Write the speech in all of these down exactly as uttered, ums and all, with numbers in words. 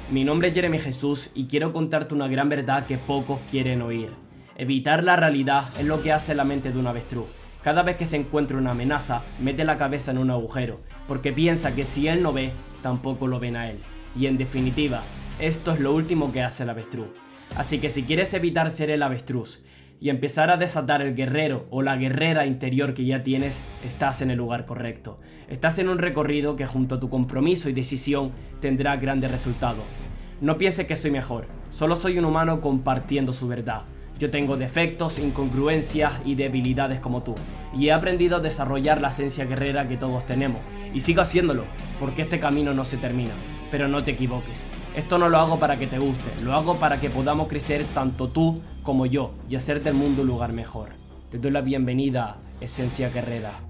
Mi nombre es Jeremy Jesús y quiero contarte una gran verdad que pocos quieren oír. Evitar la realidad es lo que hace la mente de un avestruz. Cada vez que se encuentra una amenaza, mete la cabeza en un agujero, porque piensa que si él no ve, tampoco lo ven a él. Y en definitiva, esto es lo último que hace el avestruz. Así que si quieres evitar ser el avestruz y empezar a desatar el guerrero o la guerrera interior que ya tienes, estás en el lugar correcto. Estás en un recorrido que junto a tu compromiso y decisión tendrá grandes resultados. No pienses que soy mejor, solo soy un humano compartiendo su verdad. Yo tengo defectos, incongruencias y debilidades como tú, y he aprendido a desarrollar la esencia guerrera que todos tenemos, y sigo haciéndolo, porque este camino no se termina. Pero no te equivoques, esto no lo hago para que te guste, lo hago para que podamos crecer tanto tú como yo y hacer del mundo un lugar mejor. Te doy la bienvenida, Esencia Guerrera.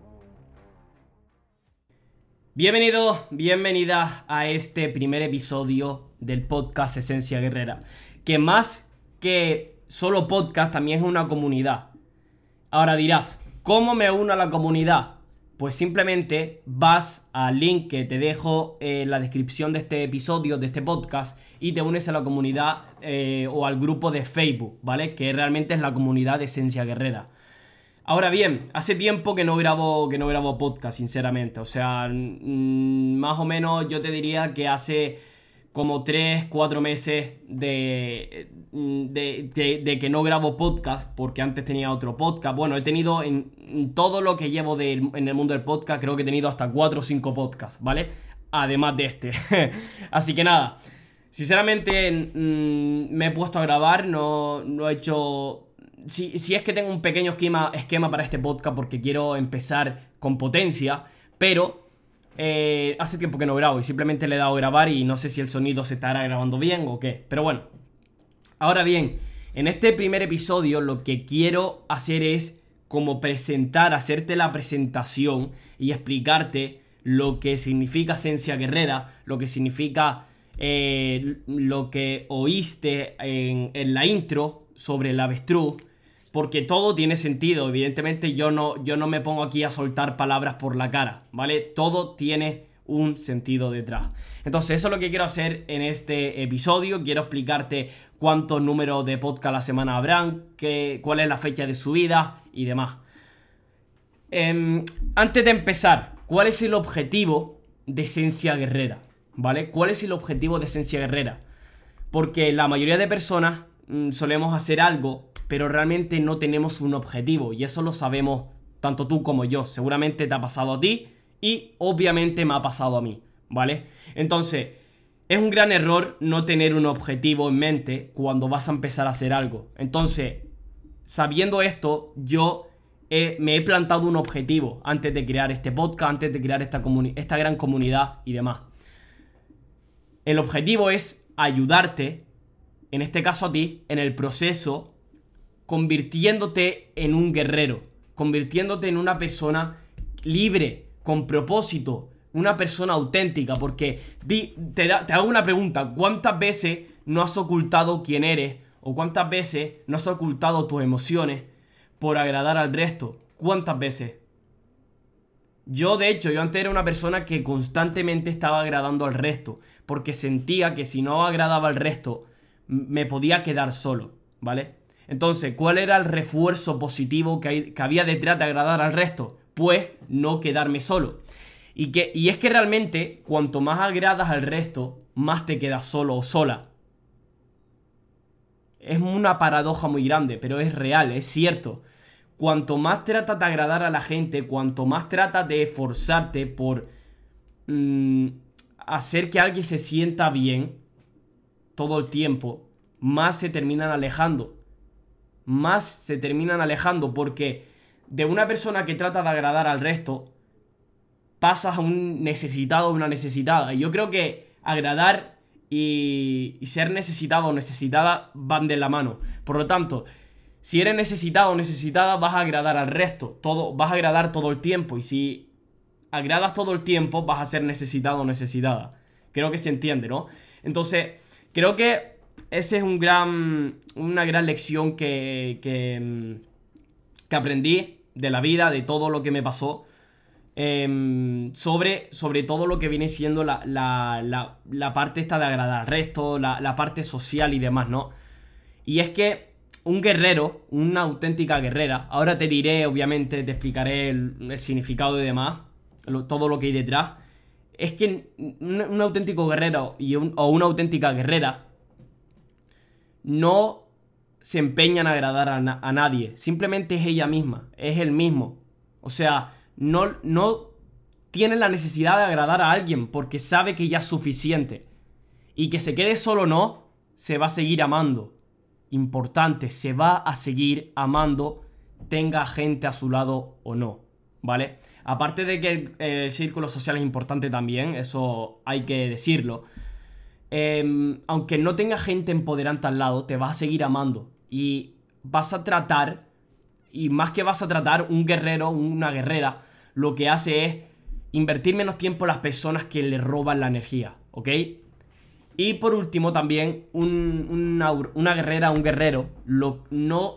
Bienvenido, bienvenida a este primer episodio del podcast Esencia Guerrera, que más que solo podcast también es una comunidad. Ahora dirás, ¿cómo me uno a la comunidad? Pues simplemente vas al link que te dejo en la descripción de este episodio, de este podcast, y te unes a la comunidad eh, o al grupo de Facebook, ¿vale? Que realmente es la comunidad de Esencia Guerrera. Ahora bien, hace tiempo que no grabo, que no grabo podcast, sinceramente. O sea, mmm, más o menos yo te diría que hace como tres, cuatro meses de, de, de, de que no grabo podcast, porque antes tenía otro podcast. Bueno, he tenido en, en todo lo que llevo de, en el mundo del podcast, creo que he tenido hasta cuatro o cinco podcasts, ¿vale? Además de este. Así que nada, sinceramente mmm, me he puesto a grabar, no, no he hecho... Si, si es que tengo un pequeño esquema, esquema para este podcast porque quiero empezar con potencia, pero... Eh, hace tiempo que no grabo y simplemente le he dado a grabar y no sé si el sonido se estará grabando bien o qué. Pero bueno, ahora bien, en este primer episodio lo que quiero hacer es como presentar, hacerte la presentación y explicarte lo que significa Esencia Guerrera, lo que significa eh, lo que oíste en, en la intro sobre el avestruz. Porque todo tiene sentido, evidentemente yo no, yo no me pongo aquí a soltar palabras por la cara, ¿vale? Todo tiene un sentido detrás. Entonces eso es lo que quiero hacer en este episodio. Quiero explicarte cuántos números de podcast a la semana habrán, qué, cuál es la fecha de subida y demás. Eh, antes de empezar, ¿cuál es el objetivo de Esencia Guerrera? ¿Vale? ¿Cuál es el objetivo de Esencia Guerrera? Porque la mayoría de personas mmm, solemos hacer algo, pero realmente no tenemos un objetivo, y eso lo sabemos tanto tú como yo. Seguramente te ha pasado a ti y obviamente me ha pasado a mí, ¿vale? Entonces, es un gran error no tener un objetivo en mente cuando vas a empezar a hacer algo. Entonces, sabiendo esto, yo he, me he plantado un objetivo antes de crear este podcast, antes de crear esta, comuni- esta gran comunidad y demás. El objetivo es ayudarte, en este caso a ti, en el proceso, convirtiéndote en un guerrero, convirtiéndote en una persona libre, con propósito, una persona auténtica, porque di, te, da, te hago una pregunta: ¿cuántas veces no has ocultado quién eres o cuántas veces no has ocultado tus emociones por agradar al resto? ¿Cuántas veces? Yo, de hecho, yo antes era una persona que constantemente estaba agradando al resto, porque sentía que si no agradaba al resto, me podía quedar solo, ¿vale? Entonces, ¿cuál era el refuerzo positivo que, hay, que había detrás de agradar al resto? Pues no quedarme solo. Y, que, y es que realmente, cuanto más agradas al resto, más te quedas solo o sola. Es una paradoja muy grande, pero es real, es cierto. Cuanto más tratas de agradar a la gente, cuanto más tratas de esforzarte por mmm, hacer que alguien se sienta bien todo el tiempo, más se terminan alejando. Más se terminan alejando, porque de una persona que trata de agradar al resto pasas a un necesitado o una necesitada. Y yo creo que agradar y, y ser necesitado o necesitada van de la mano. Por lo tanto, si eres necesitado o necesitada, vas a agradar al resto, todo, vas a agradar todo el tiempo. Y si agradas todo el tiempo, vas a ser necesitado o necesitada. Creo que se entiende, ¿no? Entonces, creo que esa es un gran, una gran lección que, que, que aprendí de la vida, de todo lo que me pasó. eh, sobre, sobre todo lo que viene siendo la, la, la, la parte esta de agradar al resto, la, la parte social y demás, ¿no? Y es que un guerrero, una auténtica guerrera, ahora te diré, obviamente, te explicaré el, el significado y demás, lo, todo lo que hay detrás, es que un, un auténtico guerrero y un, o una auténtica guerrera no se empeña en agradar a, na, a nadie, simplemente es ella misma, es él mismo. O sea, no, no tiene la necesidad de agradar a alguien porque sabe que ya es suficiente. Y que se quede solo no, se va a seguir amando. Importante, se va a seguir amando, tenga gente a su lado o no, ¿vale? Aparte de que el, el círculo social es importante también, eso hay que decirlo. Eh, aunque no tenga gente empoderante al lado, te vas a seguir amando. Y vas a tratar, y más que vas a tratar, un guerrero, una guerrera, lo que hace es invertir menos tiempo en las personas que le roban la energía, ¿ok? Y por último también, un, una, una guerrera, un guerrero, lo, no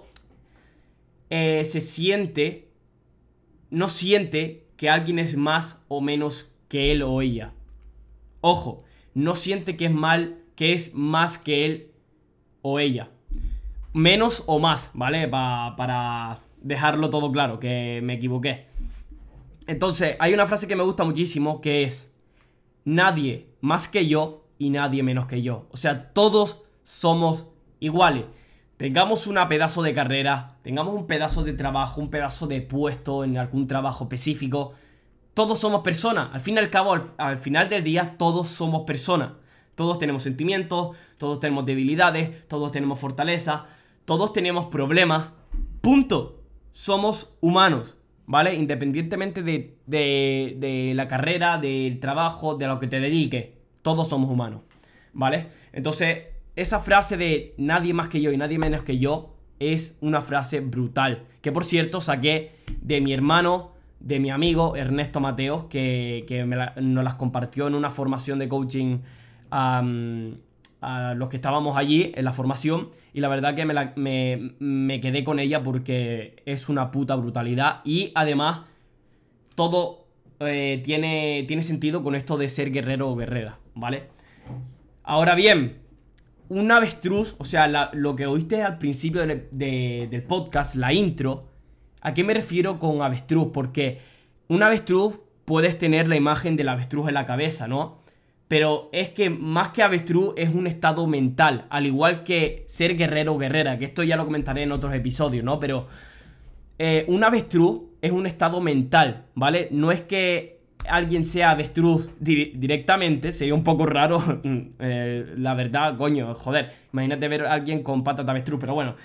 eh, se siente, no siente que alguien es más o menos que él o ella. Ojo, no siente que es mal, que es más que él o ella. Menos o más, ¿vale? Pa, para dejarlo todo claro, que me equivoqué. Entonces, hay una frase que me gusta muchísimo que es: nadie más que yo y nadie menos que yo. O sea, todos somos iguales. Tengamos una pedazo de carrera, tengamos un pedazo de trabajo, un pedazo de puesto en algún trabajo específico. Todos somos personas. Al fin y al cabo, al, al final del día, todos somos personas. Todos tenemos sentimientos, todos tenemos debilidades, todos tenemos fortaleza, todos tenemos problemas. Punto. Somos humanos, ¿vale? Independientemente de, de, de la carrera, del trabajo, de lo que te dediques. Todos somos humanos, ¿vale? Entonces, esa frase de nadie más que yo y nadie menos que yo es una frase brutal. Que, por cierto, saqué de mi hermano, de mi amigo Ernesto Mateos, que, que me la, nos las compartió en una formación de coaching um, a los que estábamos allí en la formación. Y la verdad que me, la, me, me quedé con ella porque es una puta brutalidad. Y además, todo eh, tiene, tiene sentido con esto de ser guerrero o guerrera, ¿vale? Ahora bien, un avestruz, o sea, la, lo que oíste al principio de, de, del podcast, la intro, ¿a qué me refiero con avestruz? Porque un avestruz puedes tener la imagen del avestruz en la cabeza, ¿no? Pero es que más que avestruz es un estado mental, al igual que ser guerrero o guerrera, que esto ya lo comentaré en otros episodios, ¿no? Pero eh, un avestruz es un estado mental, ¿vale? No es que alguien sea avestruz di- directamente, sería un poco raro, eh, la verdad, coño, joder, imagínate ver a alguien con patas de avestruz, pero bueno,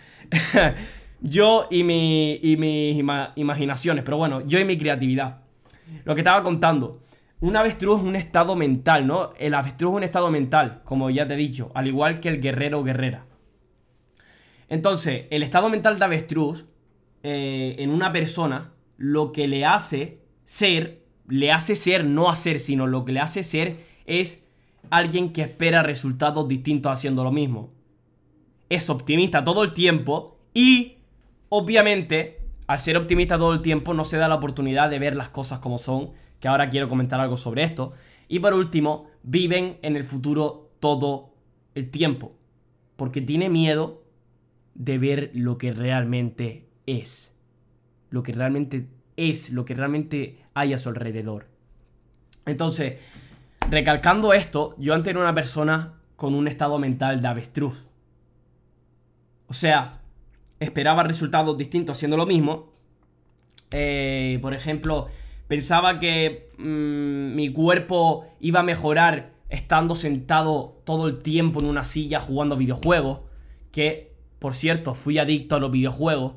yo y, mi, y mis ima- imaginaciones, pero bueno, yo y mi creatividad. Lo que estaba contando, un avestruz es un estado mental, ¿no? El avestruz es un estado mental, como ya te he dicho, al igual que el guerrero o guerrera. Entonces, el estado mental de avestruz, eh, en una persona, lo que le hace ser... le hace ser, no hacer, sino lo que le hace ser es alguien que espera resultados distintos haciendo lo mismo. Es optimista todo el tiempo y, obviamente, al ser optimista todo el tiempo no se da la oportunidad de ver las cosas como son, que ahora quiero comentar algo sobre esto. Y por último, viven en el futuro todo el tiempo, porque tiene miedo de ver lo que realmente es. Lo que realmente es, lo que realmente hay a su alrededor. Entonces, recalcando esto, yo antes era una persona con un estado mental de avestruz. O sea, esperaba resultados distintos haciendo lo mismo. Eh, por ejemplo, pensaba que mmm, mi cuerpo iba a mejorar estando sentado todo el tiempo en una silla jugando videojuegos. Que, por cierto, fui adicto a los videojuegos.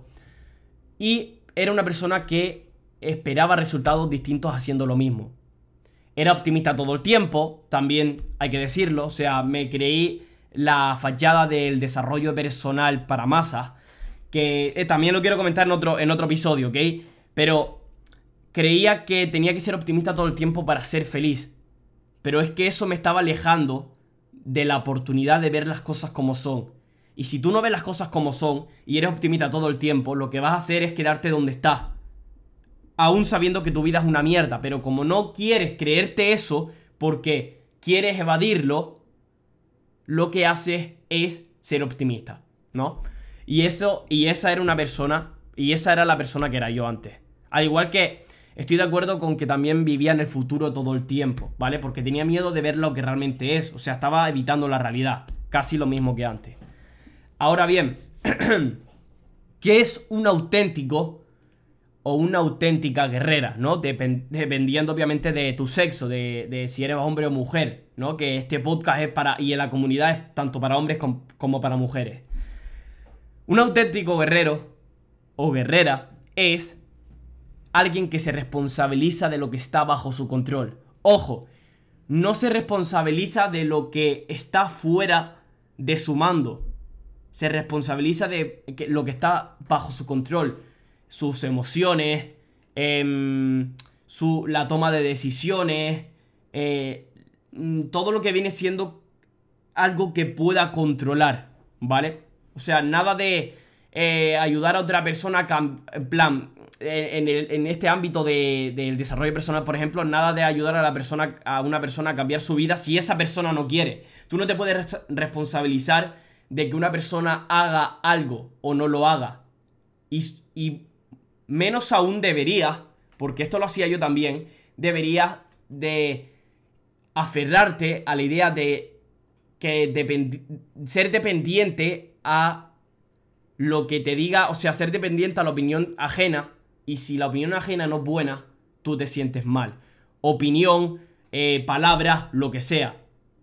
Y era una persona que esperaba resultados distintos haciendo lo mismo. Era optimista todo el tiempo, también hay que decirlo. O sea, me creí la fachada del desarrollo personal para masas, que eh, también lo quiero comentar en otro, en otro episodio, ¿ok? Pero creía que tenía que ser optimista todo el tiempo para ser feliz. Pero es que eso me estaba alejando de la oportunidad de ver las cosas como son. Y si tú no ves las cosas como son y eres optimista todo el tiempo, lo que vas a hacer es quedarte donde estás. aún sabiendo que tu vida es una mierda, pero como no quieres creerte eso porque quieres evadirlo, lo que haces es ser optimista, ¿no? Y eso, y esa era una persona, y esa era la persona que era yo antes. Al igual que estoy de acuerdo con que también vivía en el futuro todo el tiempo, ¿vale? Porque tenía miedo de ver lo que realmente es, o sea, estaba evitando la realidad, casi lo mismo que antes. Ahora bien, ¿qué es un auténtico o una auténtica guerrera, ¿no? Depend- dependiendo obviamente de tu sexo, de, de si eres hombre o mujer, ¿no? Que este podcast es para, y en la comunidad es tanto para hombres com- como para mujeres. Un auténtico guerrero o guerrera es alguien que se responsabiliza de lo que está bajo su control. Ojo, no se responsabiliza de lo que está fuera de su mando. Se responsabiliza de que- lo que está bajo su control. Sus emociones, eh, su, la toma de decisiones, eh, todo lo que viene siendo algo que pueda controlar, ¿vale? O sea, nada de eh, ayudar a otra persona, a cam- en plan, en, el, en este ámbito de, del desarrollo personal, por ejemplo, nada de ayudar a la persona, a una persona a cambiar su vida si esa persona no quiere. Tú no te puedes res- responsabilizar de que una persona haga algo o no lo haga. Y, y menos aún deberías, porque esto lo hacía yo también, deberías de aferrarte a la idea de que dependi- ser dependiente a lo que te diga, o sea, ser dependiente a la opinión ajena, y si la opinión ajena no es buena, tú te sientes mal. Opinión, eh, palabras, lo que sea.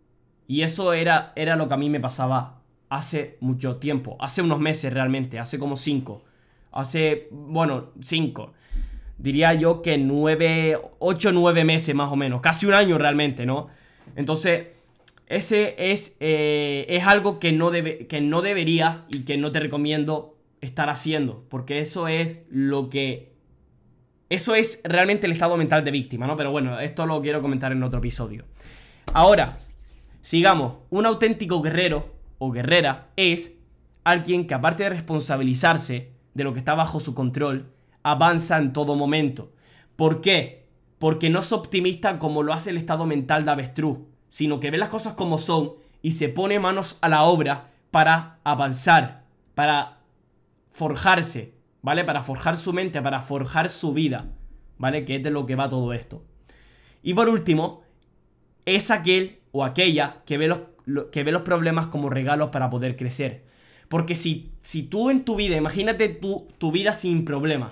Y eso era, era lo que a mí me pasaba hace mucho tiempo, hace unos meses realmente, hace como cinco. Hace, bueno, cinco. Diría yo que nueve, ocho, nueve meses más o menos. Casi un año realmente, ¿no? Entonces, ese es, eh, es algo que no, debe, que no debería y que no te recomiendo estar haciendo. Porque eso es lo que... Eso es realmente el estado mental de víctima, ¿no? Pero bueno, esto lo quiero comentar en otro episodio. Ahora, sigamos. Un auténtico guerrero o guerrera es alguien que, aparte de responsabilizarse de lo que está bajo su control, avanza en todo momento. ¿Por qué? Porque no es optimista como lo hace el estado mental de avestruz, sino que ve las cosas como son y se pone manos a la obra para avanzar, para forjarse, ¿vale? Para forjar su mente, para forjar su vida, ¿vale? Que es de lo que va todo esto. Y por último, es aquel o aquella que ve los, lo, que ve los problemas como regalos para poder crecer. Porque si, si tú en tu vida, imagínate tu, tu vida sin problemas,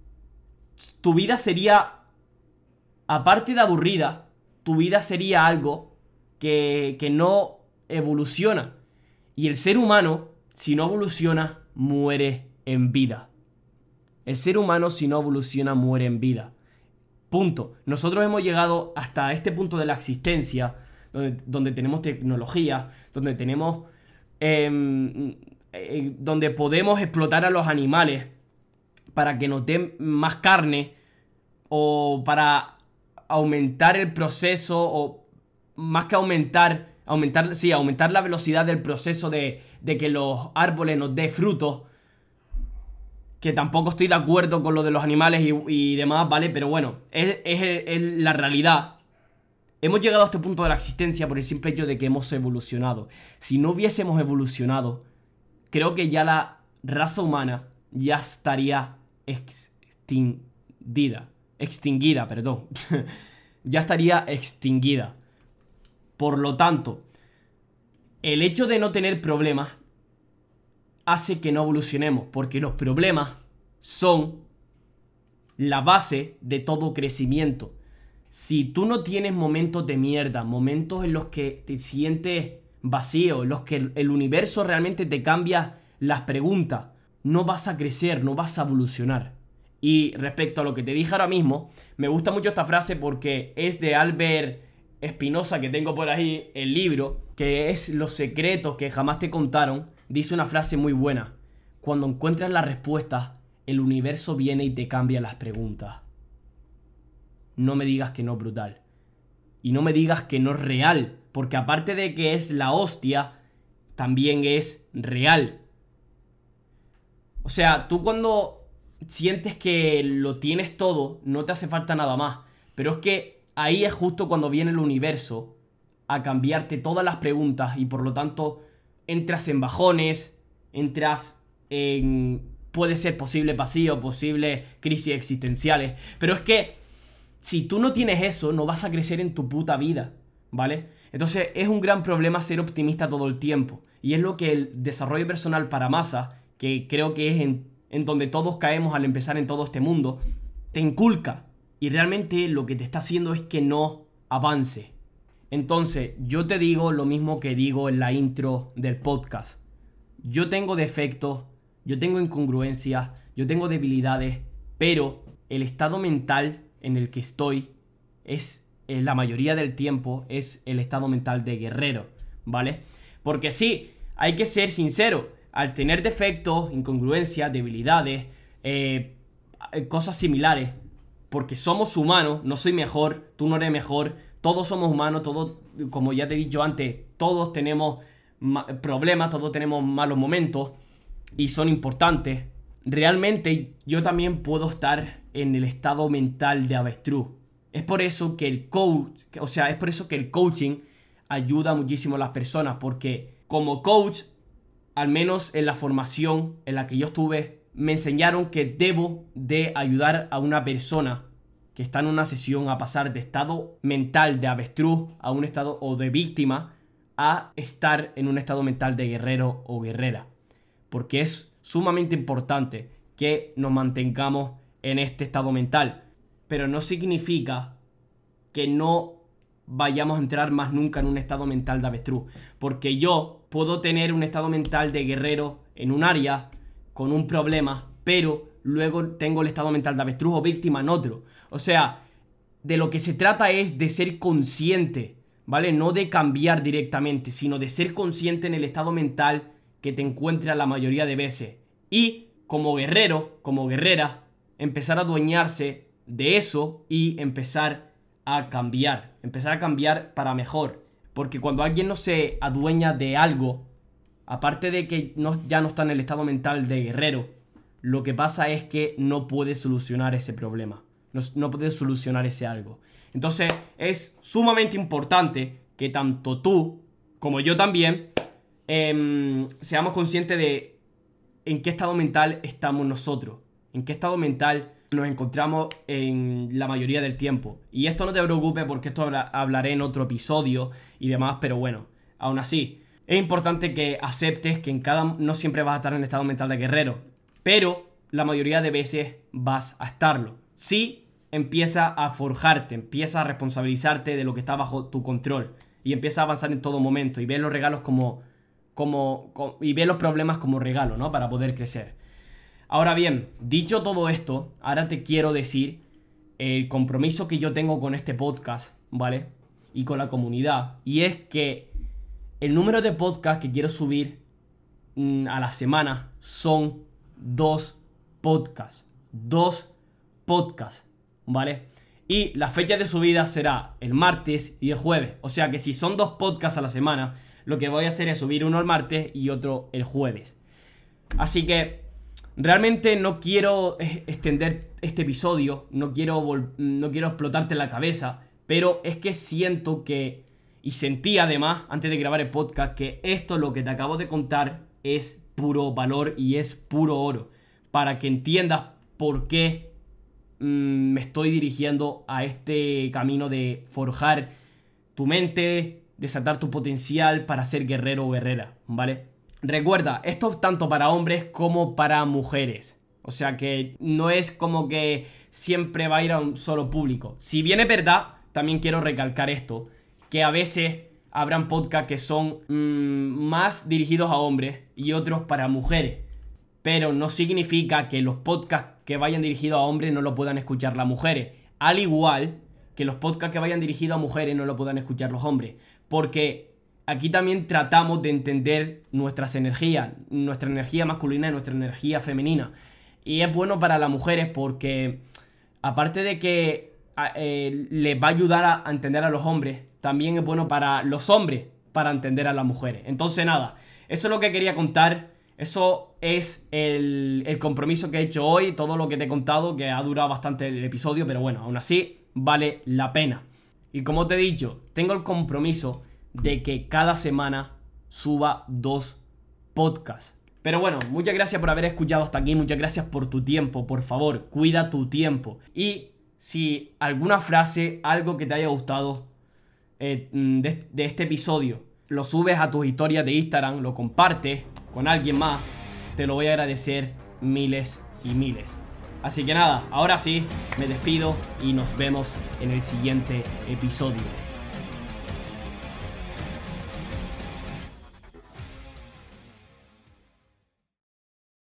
tu vida sería, aparte de aburrida, tu vida sería algo que, que no evoluciona. Y el ser humano, si no evoluciona, muere en vida. El ser humano, si no evoluciona, muere en vida. Punto. Nosotros hemos llegado hasta este punto de la existencia, donde, donde tenemos tecnología, donde tenemos... Eh, eh, donde podemos explotar a los animales para que nos den más carne o para aumentar el proceso, o más que aumentar, aumentar, sí, aumentar la velocidad del proceso de, de que los árboles nos den frutos, que tampoco estoy de acuerdo con lo de los animales y, y demás, ¿vale? Pero bueno, es, es, es la realidad. Hemos llegado a este punto de la existencia por el simple hecho de que hemos evolucionado. Si no hubiésemos evolucionado, creo que ya la raza humana ya estaría extinguida. Extinguida, perdón. Ya estaría extinguida. Por lo tanto, el hecho de no tener problemas hace que no evolucionemos, porque los problemas son la base de todo crecimiento. Si tú no tienes momentos de mierda, momentos en los que te sientes vacío, en los que el universo realmente te cambia las preguntas, no vas a crecer, no vas a evolucionar. Y respecto a lo que te dije ahora mismo, me gusta mucho esta frase porque es de Albert Espinosa, que tengo por ahí el libro, que es Los secretos que jamás te contaron. Dice una frase muy buena: cuando encuentras las respuestas, el universo viene y te cambia las preguntas. No me digas que no es brutal. Y no me digas que no es real, porque aparte de que es la hostia, también es real. O sea, tú cuando sientes que lo tienes todo, no te hace falta nada más. Pero es que ahí es justo cuando viene el universo a cambiarte todas las preguntas y por lo tanto entras en bajones, entras en... puede ser posible vacío, posible crisis existenciales. Pero es que si tú no tienes eso, no vas a crecer en tu puta vida, ¿vale? Entonces es un gran problema ser optimista todo el tiempo. Y es lo que el desarrollo personal para masas, que creo que es en, en donde todos caemos al empezar en todo este mundo, te inculca. Y realmente lo que te está haciendo es que no avance. Entonces, yo te digo lo mismo que digo en la intro del podcast. Yo tengo defectos, yo tengo incongruencias, yo tengo debilidades, pero el estado mental en el que estoy es, en la mayoría del tiempo, es el estado mental de guerrero, ¿vale? Porque sí, hay que ser sincero, al tener defectos, incongruencias, debilidades, eh, cosas similares, porque somos humanos, no soy mejor, tú no eres mejor, todos somos humanos, todos, como ya te he dicho antes, todos tenemos problemas, todos tenemos malos momentos y son importantes. Realmente yo también puedo estar en el estado mental de avestruz. Es por eso que el coach, o sea, es por eso que el coaching ayuda muchísimo a las personas, porque como coach, al menos en la formación en la que yo estuve, me enseñaron que debo de ayudar a una persona que está en una sesión a pasar de estado mental de avestruz a un estado o de víctima a estar en un estado mental de guerrero o guerrera. Porque es sumamente importante que nos mantengamos en este estado mental. Pero no significa que no vayamos a entrar más nunca en un estado mental de avestruz. Porque yo puedo tener un estado mental de guerrero en un área con un problema, pero luego tengo el estado mental de avestruz o víctima en otro. O sea, de lo que se trata es de ser consciente, ¿vale? No de cambiar directamente, sino de ser consciente en el estado mental que te encuentras la mayoría de veces. Y como guerrero, como guerrera, empezar a adueñarse de eso y empezar a cambiar. Empezar a cambiar para mejor. Porque cuando alguien no se adueña de algo, aparte de que no, ya no está en el estado mental de guerrero, lo que pasa es que no puede solucionar ese problema. No, no puede solucionar ese algo. Entonces es sumamente importante que tanto tú como yo también eh, seamos conscientes de en qué estado mental estamos nosotros. En qué estado mental nos encontramos en la mayoría del tiempo. Y esto no te preocupes porque esto habla, hablaré en otro episodio y demás, pero bueno, aún así es importante que aceptes que en cada no siempre vas a estar en el estado mental de guerrero, pero la mayoría de veces vas a estarlo. Sí, empieza a forjarte, empieza a responsabilizarte de lo que está bajo tu control y empieza a avanzar en todo momento y ve los regalos como, como, como y ve los problemas como regalo, ¿no? Para poder crecer. Ahora bien, dicho todo esto, ahora te quiero decir el compromiso que yo tengo con este podcast, ¿vale? Y con la comunidad, y es que el número de podcasts que quiero subir mmm, a la semana son dos podcasts, dos podcasts, ¿vale? Y la fecha de subida será el martes y el jueves. O sea que si son dos podcasts a la semana, lo que voy a hacer es subir uno el martes y otro el jueves. Así que realmente no quiero extender este episodio, no quiero, no quiero explotarte la cabeza, pero es que siento que, y sentí además, antes de grabar el podcast, que esto, lo que te acabo de contar, es puro valor y es puro oro. Para que entiendas por qué me estoy dirigiendo a este camino de forjar tu mente, desatar tu potencial para ser guerrero o guerrera, ¿vale? Recuerda, esto es tanto para hombres como para mujeres. O sea que no es como que siempre va a ir a un solo público. Si bien es verdad, también quiero recalcar esto, que a veces habrán podcasts que son mmm, más dirigidos a hombres y otros para mujeres. Pero no significa que los podcasts que vayan dirigidos a hombres no lo puedan escuchar las mujeres. Al igual que los podcasts que vayan dirigidos a mujeres no lo puedan escuchar los hombres. Porque aquí también tratamos de entender nuestras energías, nuestra energía masculina y nuestra energía femenina. Y es bueno para las mujeres porque, aparte de que eh, les va a ayudar a, a entender a los hombres, también es bueno para los hombres para entender a las mujeres. Entonces nada, eso es lo que quería contar. Eso es el, el compromiso que he hecho hoy, todo lo que te he contado, que ha durado bastante el episodio, pero bueno, aún así vale la pena. Y como te he dicho, tengo el compromiso de que cada semana suba dos podcasts. Pero bueno, muchas gracias por haber escuchado hasta aquí, muchas gracias por tu tiempo, por favor, cuida tu tiempo. Y si alguna frase, algo que te haya gustado eh, de, de este episodio, lo subes a tus historias de Instagram, lo compartes con alguien más, te lo voy a agradecer miles y miles. Así que nada, ahora sí, me despido y nos vemos en el siguiente episodio.